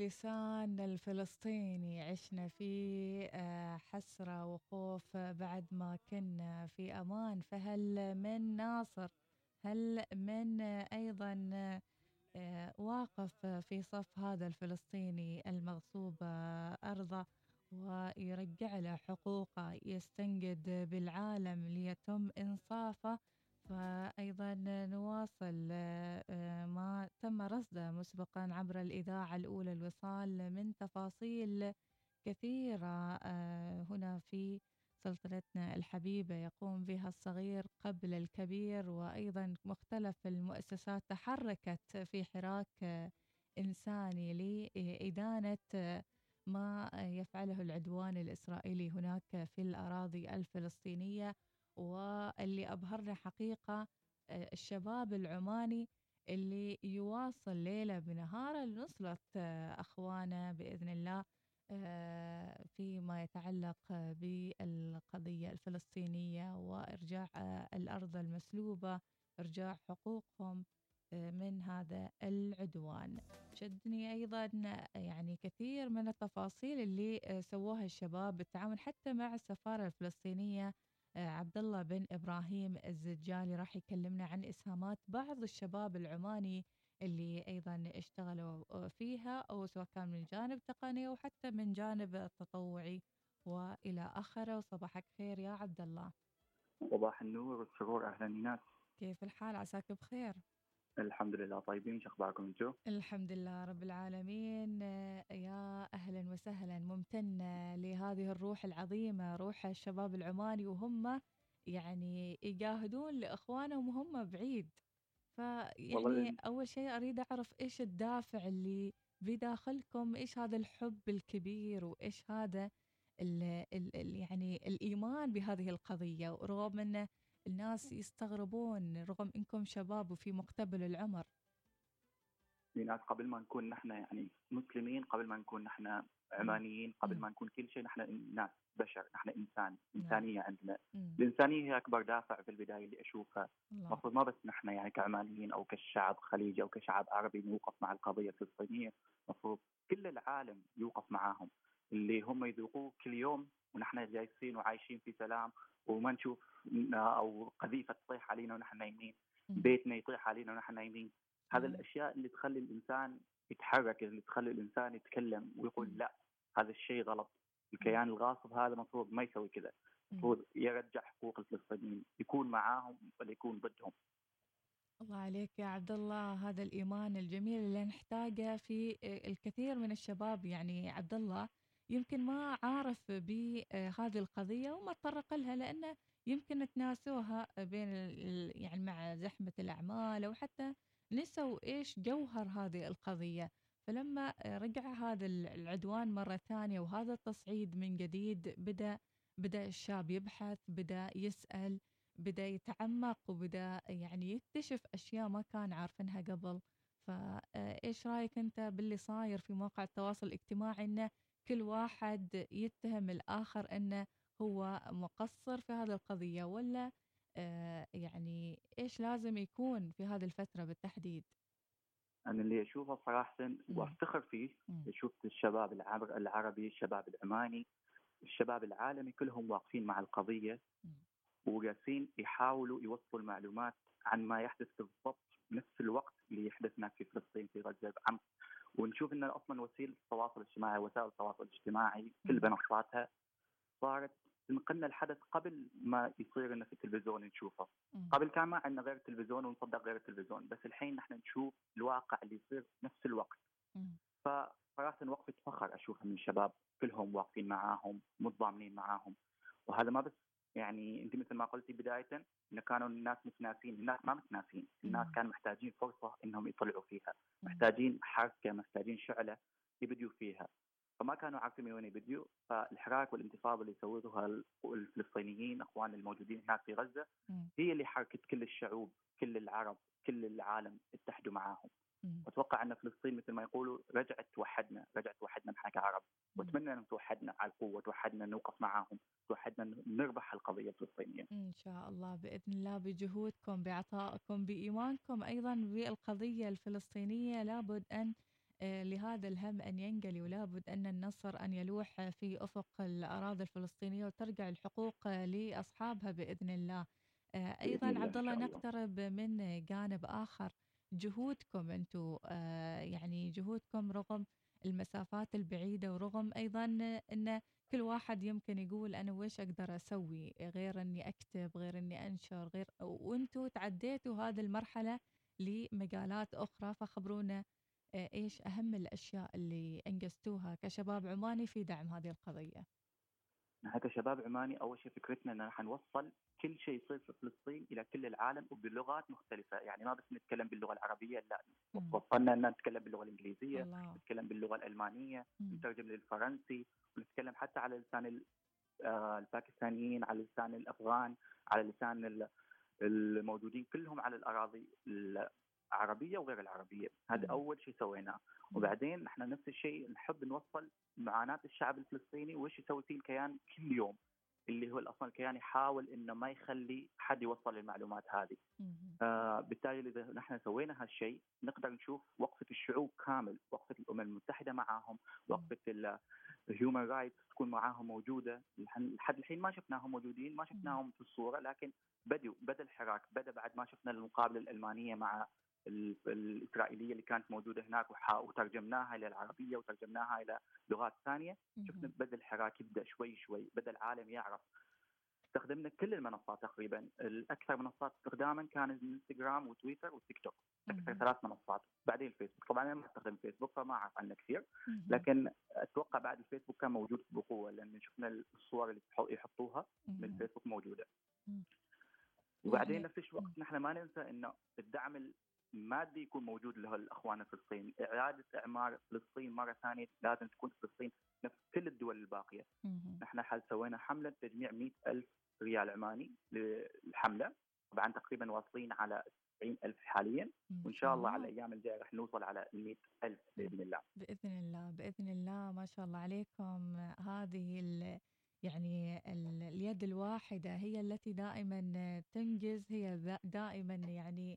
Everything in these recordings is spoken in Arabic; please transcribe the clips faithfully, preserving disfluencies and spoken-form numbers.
اللسان الفلسطيني عشنا فيه آه، حسرة وخوف بعد ما كنا في أمان، فهل من ناصر؟ هل من آه، أيضا آه، واقف في صف هذا الفلسطيني المغصوب آه، أرضه ويرجع له حقوقه، يستنجد بالعالم ليتم إنصافه. فأيضا نواصل آه، آه، ما تم رصده مسبقا عبر الإذاعة الأولى، الوصال من تفاصيل كثيرة آه، هنا في سلطنتنا الحبيبة يقوم بها الصغير قبل الكبير، وأيضا مختلف المؤسسات تحركت في حراك آه، إنساني لإدانة آه، ما يفعله العدوان الإسرائيلي هناك في الأراضي الفلسطينية. واللي أبهرنا حقيقة آه، الشباب العماني اللي يواصل ليلة بنهاره لنصرة آه، أخوانه بإذن الله آه، فيما يتعلق آه، بالقضية الفلسطينية وإرجاع آه، الأرض المسلوبة، إرجاع حقوقهم آه، من هذا العدوان. شدني أيضا آه، يعني كثير من التفاصيل اللي آه، سووها الشباب بالتعاون حتى مع السفارة الفلسطينية. آه، عبد الله بن إبراهيم الزجالي راح يكلمنا عن إسهامات بعض الشباب العماني اللي أيضا اشتغلوا فيها، أو سواء كان من جانب تقني أو حتى من جانب تطوعي وإلى آخره. وصباحك خير يا عبد الله. صباح النور والسرور، أهلا إيناس. كيف الحال؟ عساك بخير. الحمد لله طيبين، شو أخباركم أنتم؟ الحمد لله رب العالمين. آه، يا أهلا وسهلا، ممتنة لهذه الروح العظيمة، روح الشباب العماني، وهم يعني يجاهدون لإخوانهم وهم بعيد. فيعني والله أول شيء أريد أعرف إيش الدافع اللي بداخلكم، إيش هذا الحب الكبير، وإيش هذا ال ال ال يعني الإيمان بهذه القضية، رغم أن الناس يستغربون رغم أنكم شباب وفي مقتبل العمر. إيناس، قبل ما نكون نحن يعني مسلمين، قبل ما نكون نحن مم. عمانيين، قبل مم. ما نكون كل شيء، نحن ناس بشر، نحن إنسان، نعم. إنسانية عندنا. مم. الإنسانية هي أكبر دافع في البداية اللي أشوفها. الله. المفروض ما بس نحن يعني كعمانيين أو كشعب خليجي أو كشعب عربي نوقف مع القضية الفلسطينية. المفروض كل العالم يوقف معاهم، اللي هم يذوقوه كل يوم ونحن جالسين وعايشين في سلام، وما نشوف أو قذيفة تطيح علينا ونحن نايمين، مم. بيتنا يطيح علينا ونحن نايمين. هذا صحيح. الأشياء اللي تخلي الإنسان يتحرك، اللي تخلي الإنسان يتكلم ويقول مم. لا، هذا الشيء غلط. مم. الكيان الغاصب هذا المفروض ما يسوي كذا، مم. المفروض يرجع حقوق الفلسطينيين، يكون معاهم ولا يكون ضدهم. الله عليك يا عبد الله، هذا الإيمان الجميل اللي نحتاجه في آه، الكثير من الشباب. يعني عبد الله يمكن ما عارف بهذه القضية وما تطرق لها، لأنه يمكن تناسوها بين ال- يعني مع زحمة الأعمال، أو حتى نسوا إيش جوهر هذه القضية. فلما آه، رجع هذا العدوان مرة ثانية وهذا التصعيد من جديد، بدأ بدأ الشاب يبحث، بدأ يسأل، بدأ يتعمق، وبدأ يعني يكتشف أشياء ما كان عارفينها قبل. فإيش رأيك أنت باللي صاير في مواقع التواصل الاجتماعي، أنه كل واحد يتهم الآخر أنه هو مقصر في هذه القضية، ولا آه يعني إيش لازم يكون في هذه الفترة بالتحديد؟ أنا اللي أشوفه صراحة مم. وأفتخر فيه، مم. شفت الشباب العر- العربي، الشباب العماني، الشباب العالمي، كلهم واقفين مع القضية مم. وجالسين يحاولوا يوصلوا المعلومات عن ما يحدث بالضبط نفس الوقت اللي يحدث هناك في فلسطين في غزة بعمق. ونشوف ان اصلا وسيله التواصل الاجتماعي، وسائل التواصل الاجتماعي كل مم. بنصاتها صارت تنقلنا الحدث قبل ما يصير انه في التلفزيون نشوفه. مم. قبل كان ما عندنا غير التلفزيون ونصدق غير التلفزيون، بس الحين نحن نشوف الواقع اللي يصير نفس الوقت. مم. فصراحه وقفه فخر اشوفها من الشباب، كلهم واقفين معاهم متضامنين معاهم. وهذا ما بس يعني انت مثل ما قلتي بدايه انه كانوا الناس متناسين، الناس ما متناسين، الناس مم. كانوا محتاجين فرصه انهم يطلعوا فيها، مم. محتاجين حركه، محتاجين شعله يبدوا فيها. فما كانوا عارفين من وين يبدوا. فالحراك والانتفاضه اللي سووها الفلسطينيين اخوان الموجودين هناك في غزه مم. هي اللي حركت كل الشعوب، كل العرب، كل العالم اتحدوا معاهم. مم. واتوقع ان فلسطين مثل ما يقولوا رجعت توحدنا، رجعت توحدنا نحن كعرب. مم. واتمنى ان توحدنا على القوه، توحدنا نوقف معاهم، توحدنا نربح القضيه الفلسطينيه. إن شاء الله بإذن الله، بجهودكم، بعطائكم، بإيمانكم أيضا بالقضية الفلسطينية، لابد أن آه، لهذا الهم أن ينقلي، ولابد أن النصر أن يلوح في أفق الأراضي الفلسطينية وترجع الحقوق آه، لأصحابها بإذن الله. آه، باذن أيضا الله عبد ان الله، شاء الله. نقترب من جانب آخر. جهودكم أنتم، آه، يعني جهودكم رغم المسافات البعيدة، ورغم أيضا أن كل واحد يمكن يقول أنا ويش أقدر أسوي غير أني أكتب، غير أني أنشر، غير، وأنتوا تعديتوا هذه المرحلة لمجالات أخرى. فخبرونا آه، إيش أهم الأشياء اللي أنجزتوها كشباب عماني في دعم هذه القضية؟ نحن كشباب عماني اول شيء فكرتنا ان راح نوصل كل شيء يصير في فلسطين الى كل العالم وبلغات مختلفه، يعني ما بس نتكلم باللغه العربيه، لا، مم. وصلنا ان نتكلم باللغه الانجليزيه، الله. نتكلم باللغه الالمانيه، مم. نترجم للفرنسي، ونتكلم حتى على لسان ال- آه، الباكستانيين، على لسان الافغان، على لسان ال- الموجودين كلهم على الاراضي العربيه وغير العربيه. هذا مم. اول شيء سويناه. مم. وبعدين احنا نفس الشيء نحب نوصل معاناه الشعب الفلسطيني وايش يسوي فيه الكيان كل يوم، اللي هو اصلا الكيان يحاول انه ما يخلي حد يوصل المعلومات هذه. مم. آه بالتالي اذا نحن سوينا هالشيء نقدر نشوف وقفه الشعوب كامل، وقفه الامم المتحده معاهم، مم. وقفه الهيومن رايتس تكون معاهم موجوده. لحد الحين ما شفناهم موجودين، ما مم. شفناهم في الصوره، لكن بدوا بدا الحراك، بدا بعد ما شفنا المقابله الالمانيه مع ال- الاسرائيليه اللي كانت موجوده هناك، وحا- وترجمناها الى العربيه وترجمناها الى لغات ثانيه. شفنا مم. بدا الحراك يبدا شوي شوي، بدا العالم يعرف. استخدمنا كل المنصات تقريبا، الاكثر منصات استخداما كان الانستغرام وتويتر والتيك توك، اكثر مم. ثلاث منصات. بعدين الفيسبوك، طبعا انا ما استخدم فيسبوك فما اعرف عنه كثير، مم. لكن اتوقع بعد الفيسبوك كان موجود بقوه، لان شفنا الصور اللي يحطوها من مم. الفيسبوك موجوده. مم. وبعدين يعني. نفس مم. الوقت نحن ما ننسى انه الدعم المادي يكون موجود له الاخوان الفلسطينيين، اعاده اعمار فلسطين مره ثانيه لازم تكون فلسطين نفس كل الدول الباقيه. مم. نحن حال سوينا حمله تجميع مئة ألف ريال عماني للحمله، طبعا تقريبا واصلين على تسعين ألف حاليا، ما وان شاء شاء الله على الله. الايام الجايه رح نوصل على مئة ألف مم. باذن الله. بإذن الله، بإذن الله، ما شاء الله عليكم. هذه ال يعني ال اليد الواحدة هي التي دائما تنجز، هي ذا- دائما يعني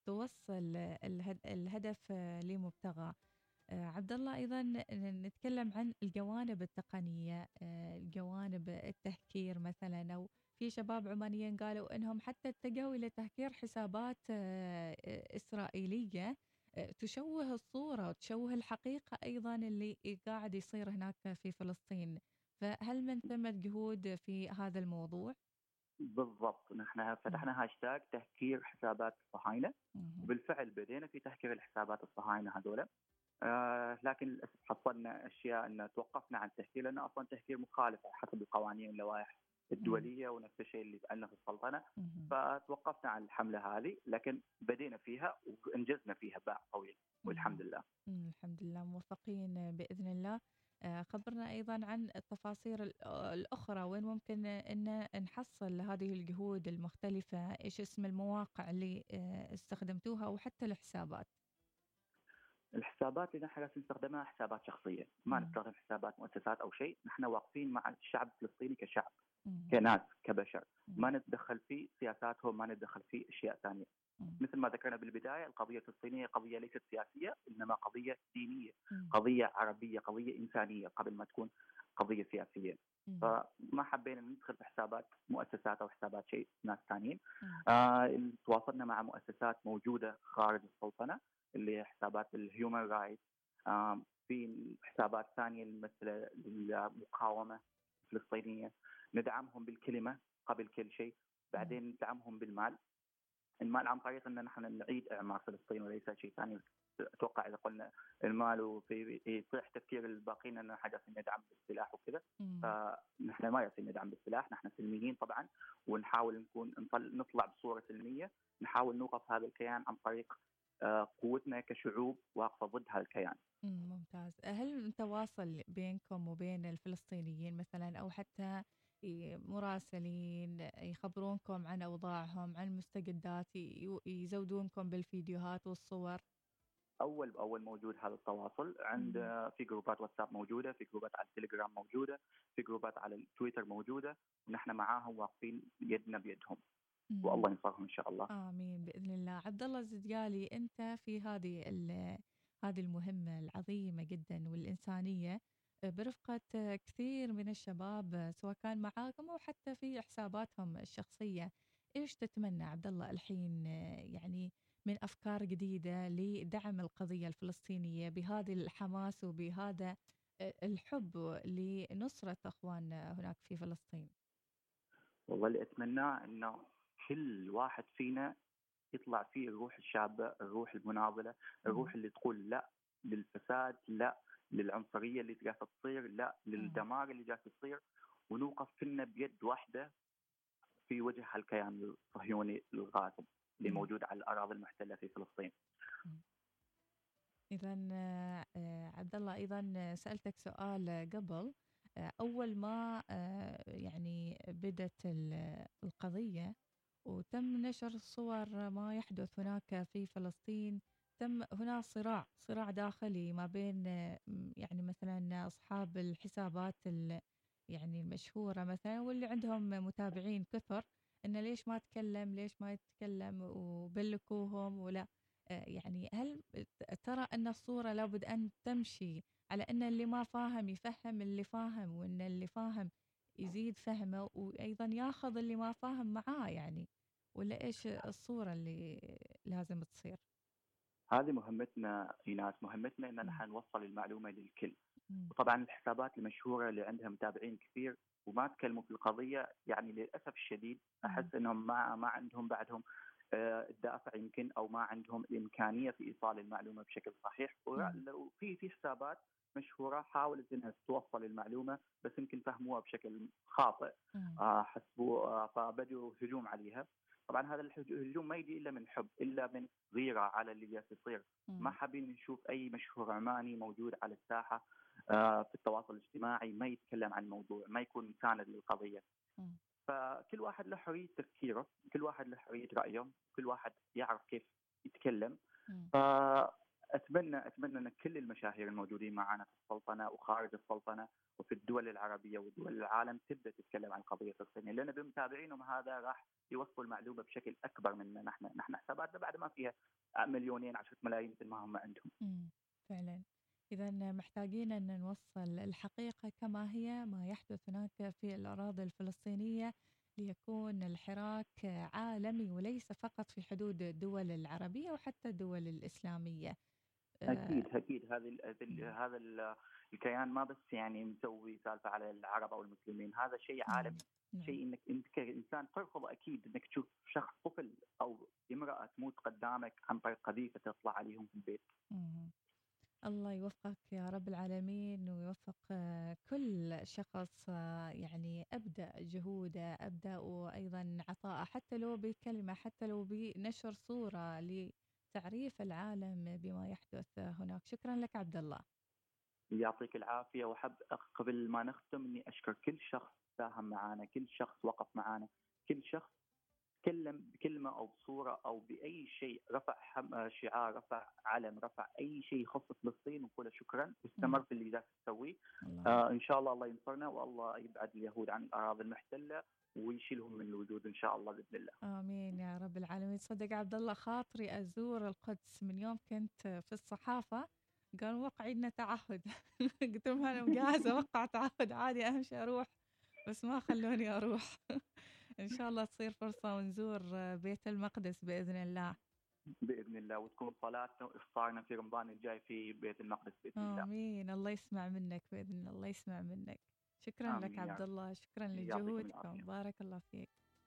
توصل الهد الهدف لمبتغى. آه، عبد الله، أيضا ن- نتكلم عن الجوانب التقنية، آه، الجوانب التهكير مثلا، أو في شباب عمانيين قالوا إنهم حتى اتجهوا إلى تهكير حسابات آه، آه، إسرائيلية آه، تشوه الصورة وتشوه الحقيقة أيضا اللي قاعد يصير هناك في فلسطين. فهل من ثمة جهود في هذا الموضوع؟ بالضبط، نحن مم. فتحنا هاشتاج تهكير حسابات الصهاينه، مم. وبالفعل بدينا في تهكير الحسابات الصهاينه هذول. آه لكن للاسف حصلنا اشياء ان توقفنا عن التهكير، لانه اصلا تهكير مخالف حسب القوانين واللوائح مم. الدوليه، ونفس الشيء اللي عندنا في السلطنه. مم. فتوقفنا عن الحمله هذه، لكن بدينا فيها وانجزنا فيها باع طويل والحمد مم. لله. مم. الحمد لله، موفقين بإذن الله. آه، خبرنا أيضا عن التفاصيل ال- الأخرى، وين ممكن أن نحصل هذه الجهود المختلفة، إيش اسم المواقع اللي آه، استخدمتوها، وحتى الحسابات. الحسابات اللي نحن نستخدمها حسابات شخصيه، ما مم. نستخدم حسابات مؤسسات او شيء. نحن واقفين مع الشعب الفلسطيني كشعب، مم. كناس، كبشر. مم. ما نتدخل في سياساتهم، ما نتدخل في اشياء ثانيه. مم. مثل ما ذكرنا بالبدايه، القضيه الفلسطينيه قضيه ليست سياسيه، انما قضيه دينيه، مم. قضيه عربيه، قضيه انسانيه قبل ما تكون قضيه سياسيه. مم. فما حبينا ندخل في حسابات مؤسسات او حسابات شيء ناس ثانيين. مم. آه تواصلنا مع مؤسسات موجوده خارج السلطنه، اللي هي حسابات الهيومن رايتس. آه في حسابات ثانيه مثل المقاومه الفلسطينيه، ندعمهم بالكلمه قبل كل شيء، مم. بعدين ندعمهم بالمال. المال عن طريق ان نحن نعيد اعمار فلسطين وليس شيء ثاني. اتوقع اذا قلنا المال وفي يصيح تفكير الباقيين ان حاجه ندعم بالسلاح وكذا، مم. فنحن ما يصير ندعم بالسلاح، نحن سلميين طبعا، ونحاول نكون نطلع بصوره سلميه، نحاول نوقف هذا الكيان عن طريق آه، قوتنا كشعوب واقفه ضد هذا الكيان. مم. ممتاز. هل تواصل بينكم وبين الفلسطينيين مثلا، أو حتى ي- مراسلين يخبرونكم عن أوضاعهم، عن المستجدات، ي- يزودونكم بالفيديوهات والصور؟ اول باول موجود هذا التواصل عند مم. في جروبات واتساب موجوده، في جروبات على التليجرام موجوده، في جروبات على التويتر موجوده، ونحن معاهم واقفين يدنا بيدهم، مم. والله ينصرهم ان شاء الله. آمين بإذن الله. عبد الله الزديالي، أنت في هذه ال- هذه المهمة العظيمة جدا والإنسانية، آه، برفقة آه، كثير من الشباب، آه، سواء كان معاكم أو حتى في حساباتهم الشخصية. إيش تتمنى عبد الله الحين، آه، يعني من أفكار جديدة لدعم القضية الفلسطينية بهذا الحماس وبهذا آه، الحب لنصرة أخواننا هناك في فلسطين؟ والله اللي اتمناه انه كل واحد فينا يطلع فيه الروح الشابه، الروح المناضله، مم. الروح اللي تقول لا للفساد، لا للعنصريه اللي جالسه تصير، لا مم. للدمار اللي جالس يصير، ونوقف كلنا بيد واحده في وجه هالكيان الصهيوني الغاصب اللي مم. موجود على الاراضي المحتله في فلسطين. مم. إذا عبد الله، أيضا سألتك سؤال قبل، آه، أول ما آه، يعني بدت ال- القضية وتم نشر صور ما يحدث هناك في فلسطين، تم هنا صراع صراع داخلي ما بين آه، م- يعني مثلا أصحاب الحسابات ال- يعني المشهورة مثلا واللي عندهم متابعين كثر، إنه ليش ما تكلم ليش ما يتكلم وبلكوهم ولا. آه، يعني هل ت- ترى أن الصورة لابد أن تمشي على أن اللي ما فاهم يفهم اللي فاهم، وأن اللي فاهم يزيد فهمه وأيضا ياخذ اللي ما فاهم معاه يعني، ولا إيش الصورة اللي لازم تصير؟ هذه مهمتنا ايناس، مهمتنا ان مم. نحن نوصل المعلومه للكل. مم. وطبعا الحسابات المشهوره اللي عندها متابعين كثير وما تكلموا في القضيه، يعني للاسف الشديد مم. احس انهم ما ما عندهم بعدهم آه، الدافع يمكن، او ما عندهم الامكانيه في ايصال المعلومه بشكل صحيح. مم. وفي في حسابات مشهوره حاولت انها توصل المعلومه بس يمكن فهموها بشكل خاطئ، مم. آه، حسبوا آه، فبدوا هجوم عليها. طبعا هذا الهج- الهجوم ما يجي الا من حب، الا من غيره على اللي جالس يصير. ما مم. حابين نشوف اي مشهور عماني موجود على الساحه آه، في التواصل الاجتماعي ما يتكلم عن الموضوع، ما يكون مساند للقضيه. مم. فكل واحد له حريه تفكيره، كل واحد له حريه رايه، كل واحد يعرف كيف يتكلم. مم. فاتمنى اتمنى ان كل المشاهير الموجودين معنا في السلطنه وخارج السلطنه وفي الدول العربيه ودول العالم تبدا تتكلم عن القضيه الفلسطينيه، لان بمتابعينهم هذا راح يوصلوا المعلومه بشكل اكبر مننا نحن. نحن حساباتنا بعد ما فيها مليونين عشرة ملايين مثل ما هم عندهم. مم. فعلا. إذا محتاجين أن نوصل الحقيقة كما هي، ما يحدث هناك في الأراضي الفلسطينية، ليكون الحراك عالمي وليس فقط في حدود الدول العربية وحتى الدول الإسلامية. آه، اكيد اكيد هذه ال- هذه ال- مم. هذا ال- الكيان ما بس يعني مسوي سالفه على العرب او المسلمين، هذا شيء نعم. عالمي. نعم. شيء انك انت كانسان ترفض اكيد انك تشوف شخص طفل او امراه تموت قدامك عن طريق قذيفه تطلع عليهم في البيت. مم. الله يوفقك يا رب العالمين، ويوفق آه، كل شخص آه، يعني أبدأ جهوده، أبدأ وأيضا عطاءه، حتى لو بكلمة، حتى لو بنشر صورة لتعريف العالم بما يحدث هناك. شكرا لك عبد الله. يعطيك العافيه. وحب قبل ما نختم اني اشكر كل شخص ساهم معنا، كل شخص وقف معنا، كل شخص تكلم بكلمه او بصوره او باي شيء، رفع حم... شعار، رفع علم، رفع اي شيء يخص فلسطين، ونقول له شكرا واستمر مم. في اللي جالس تسويه. الله. آه ان شاء الله الله ينصرنا، والله يبعد اليهود عن الاراضي المحتله ويشيلهم من الوجود ان شاء الله باذن الله. آمين يا رب العالمين. تصدق عبد الله، خاطري أزور القدس من يوم كنت في الصحافة، قالوا وقعي لنا تعهد. قلت لهم أنا مجهزة أوقع تعهد عادي، أهم شيء أروح، بس ما خلوني أروح. إن شاء الله تصير فرصة ونزور بيت المقدس بإذن الله. باذن الله، وتكون صلاتنا وافطارنا في رمضان الجاي في بيت المقدس باذن الله. آمين. الله يسمع منك بإذن الله، الله يسمع منك. شكرا لك امين يا عبد رب. الله، شكرا يعطيكم لجهودكم، العافيه. بارك الله فيك.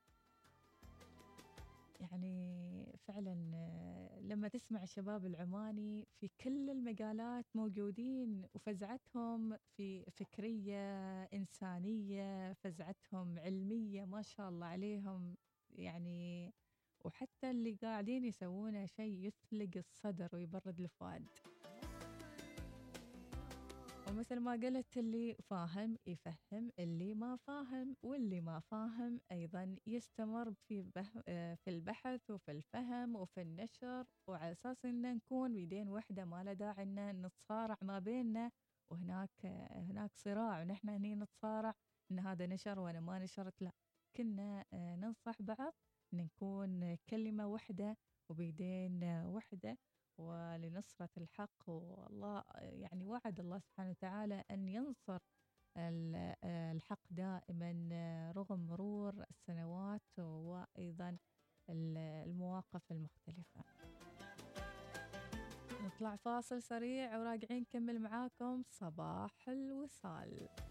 يعني فعلا آه، لما تسمع الشباب العماني في كل المجالات موجودين، وفزعتهم في فكرية إنسانية، فزعتهم علمية، ما شاء الله عليهم يعني، وحتى اللي قاعدين يسوونه شيء يثلق الصدر ويبرد الفؤاد. ومثل ما قلت، اللي فاهم يفهم اللي ما فاهم، واللي ما فاهم أيضا يستمر في به آه، في البحث وفي الفهم وفي النشر، وعلى أساس إن نكون بيدين وحدة، ما له داعي إن نتصارع ما بيننا، وهناك آه، هناك صراع ونحن هني نتصارع إن هذا نشر وأنا ما نشرت. لا، كنا آه، ننصح بعض، إن نكون كلمة وحدة وبيدين آه، وحدة، ولنصرة الحق. والله يعني وعد الله سبحانه وتعالى أن ينصر ال- الحق دائما رغم مرور السنوات وأيضا ال- المواقف المختلفة. نطلع فاصل سريع وراجعين نكمل معاكم صباح الوصال.